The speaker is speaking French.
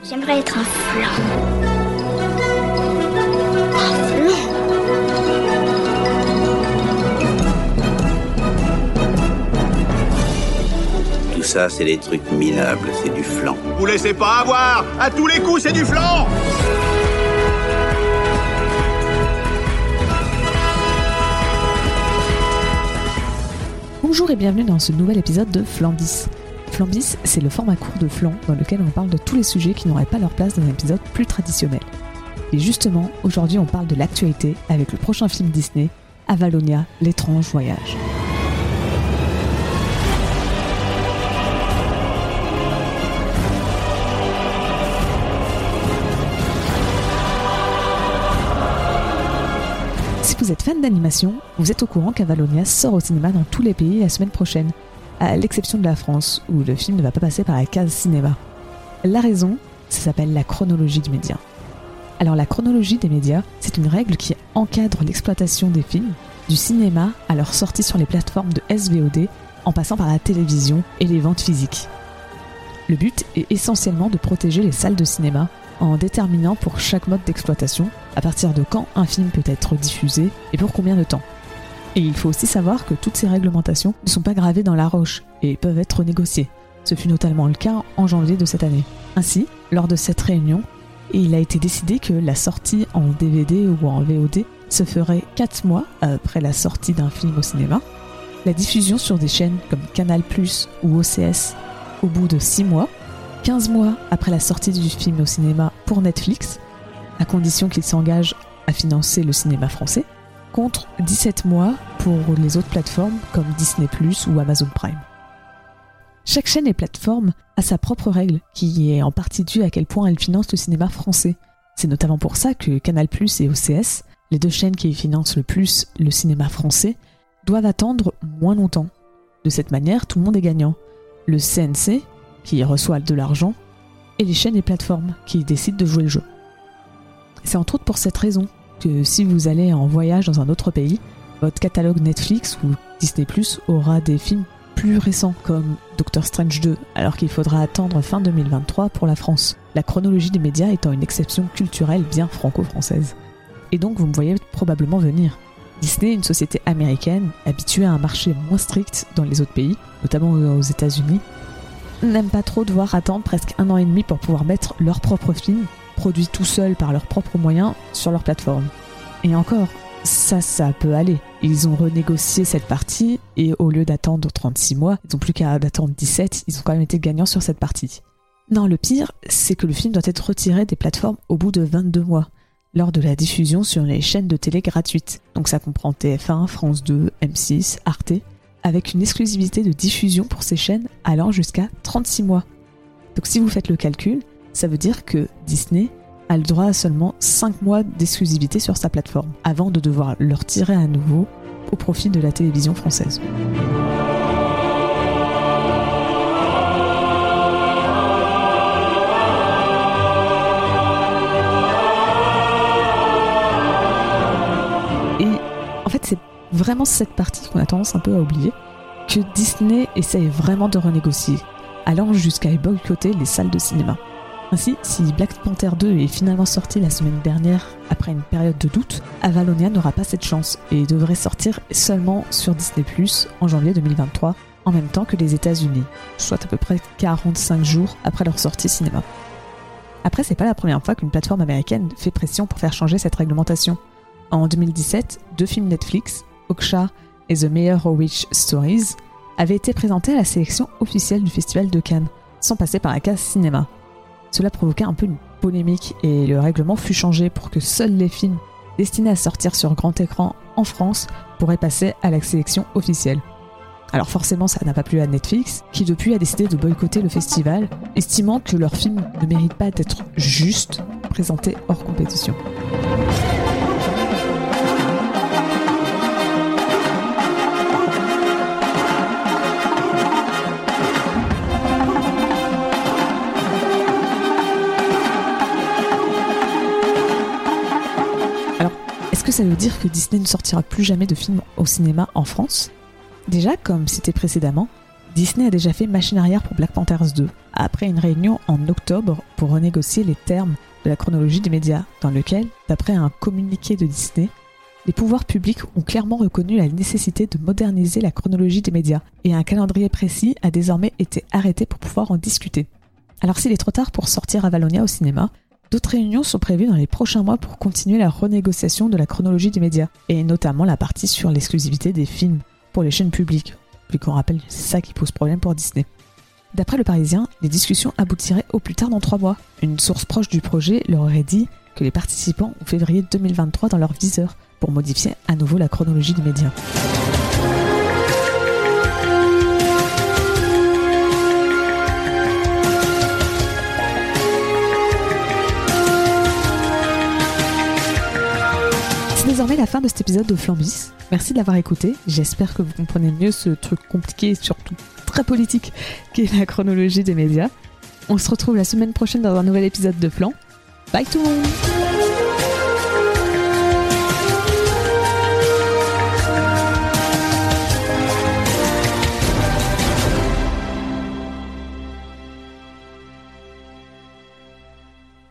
J'aimerais être un flan. Un flan. Tout ça, c'est des trucs minables, c'est du flan. Vous laissez pas avoir. À tous les coups, c'est du flan. Bonjour et bienvenue dans ce nouvel épisode de Flan10. Flan10, c'est le format court de Flan dans lequel on parle de tous les sujets qui n'auraient pas leur place dans un épisode plus traditionnel. Et justement, aujourd'hui on parle de l'actualité avec le prochain film Disney, Avalonia, l'étrange voyage. Si vous êtes fan d'animation, vous êtes au courant qu'Avalonia sort au cinéma dans tous les pays la semaine prochaine, à l'exception de la France, où le film ne va pas passer par la case cinéma. La raison, ça s'appelle la chronologie du média. Alors la chronologie des médias, c'est une règle qui encadre l'exploitation des films, du cinéma à leur sortie sur les plateformes de SVOD, en passant par la télévision et les ventes physiques. Le but est essentiellement de protéger les salles de cinéma, en déterminant pour chaque mode d'exploitation à partir de quand un film peut être diffusé et pour combien de temps. Et il faut aussi savoir que toutes ces réglementations ne sont pas gravées dans la roche et peuvent être négociées. Ce fut notamment le cas en janvier de cette année. Ainsi, lors de cette réunion, il a été décidé que la sortie en DVD ou en VOD se ferait 4 mois après la sortie d'un film au cinéma, la diffusion sur des chaînes comme Canal+ ou OCS au bout de 6 mois, 15 mois après la sortie du film au cinéma pour Netflix, à condition qu'il s'engage à financer le cinéma français, contre 17 mois pour les autres plateformes comme Disney+ ou Amazon Prime. Chaque chaîne et plateforme a sa propre règle, qui est en partie due à quel point elle finance le cinéma français. C'est notamment pour ça que Canal+ et OCS, les deux chaînes qui financent le plus le cinéma français, doivent attendre moins longtemps. De cette manière, tout le monde est gagnant. Le CNC, qui reçoit de l'argent, et les chaînes et plateformes qui décident de jouer le jeu. C'est entre autres pour cette raison que si vous allez en voyage dans un autre pays, votre catalogue Netflix ou Disney+ aura des films plus récents comme Doctor Strange 2, alors qu'il faudra attendre fin 2023 pour la France, la chronologie des médias étant une exception culturelle bien franco-française. Et donc vous me voyez probablement venir. Disney est une société américaine habituée à un marché moins strict dans les autres pays, notamment aux États-Unis, n'aiment pas trop devoir attendre presque 1 an et demi pour pouvoir mettre leurs propres films, produits tout seuls par leurs propres moyens, sur leur plateforme. Et encore, ça peut aller. Ils ont renégocié cette partie, et au lieu d'attendre 36 mois, ils n'ont plus qu'à attendre 17, ils ont quand même été gagnants sur cette partie. Non, le pire, c'est que le film doit être retiré des plateformes au bout de 22 mois, lors de la diffusion sur les chaînes de télé gratuites. Donc ça comprend TF1, France 2, M6, Arte, avec une exclusivité de diffusion pour ces chaînes allant jusqu'à 36 mois. Donc si vous faites le calcul, ça veut dire que Disney a le droit à seulement 5 mois d'exclusivité sur sa plateforme, avant de devoir le retirer à nouveau au profit de la télévision française. Et en fait, c'est vraiment cette partie qu'on a tendance un peu à oublier, que Disney essaye vraiment de renégocier, allant jusqu'à boycotter les salles de cinéma. Ainsi, si Black Panther 2 est finalement sorti la semaine dernière après une période de doute, Avalonia n'aura pas cette chance et devrait sortir seulement sur Disney+ en janvier 2023, en même temps que les États-Unis, soit à peu près 45 jours après leur sortie cinéma. Après, c'est pas la première fois qu'une plateforme américaine fait pression pour faire changer cette réglementation. En 2017, 2 films Netflix, Okja et The Meyerowitz Stories, avaient été présentés à la sélection officielle du Festival de Cannes, sans passer par la case cinéma. Cela provoquait un peu une polémique et le règlement fut changé pour que seuls les films destinés à sortir sur grand écran en France pourraient passer à la sélection officielle. Alors forcément ça n'a pas plu à Netflix, qui depuis a décidé de boycotter le festival, estimant que leurs films ne méritent pas d'être juste présentés hors compétition. Est-ce que ça veut dire que Disney ne sortira plus jamais de films au cinéma en France ? Déjà, comme cité précédemment, Disney a déjà fait machine arrière pour Black Panthers 2, après une réunion en octobre pour renégocier les termes de la chronologie des médias, dans lequel, d'après un communiqué de Disney, les pouvoirs publics ont clairement reconnu la nécessité de moderniser la chronologie des médias, et un calendrier précis a désormais été arrêté pour pouvoir en discuter. Alors s'il est trop tard pour sortir Avalonia au cinéma, d'autres réunions sont prévues dans les prochains mois pour continuer la renégociation de la chronologie des médias, et notamment la partie sur l'exclusivité des films pour les chaînes publiques, vu qu'on rappelle que c'est ça qui pose problème pour Disney. D'après Le Parisien, les discussions aboutiraient au plus tard dans 3 mois. Une source proche du projet leur aurait dit que les participants ont février 2023 dans leur viseur pour modifier à nouveau la chronologie des médias. C'est désormais la fin de cet épisode de Flambis. Merci de l'avoir écouté. J'espère que vous comprenez mieux ce truc compliqué et surtout très politique qu'est la chronologie des médias. On se retrouve la semaine prochaine dans un nouvel épisode de Flan. Bye tout le monde!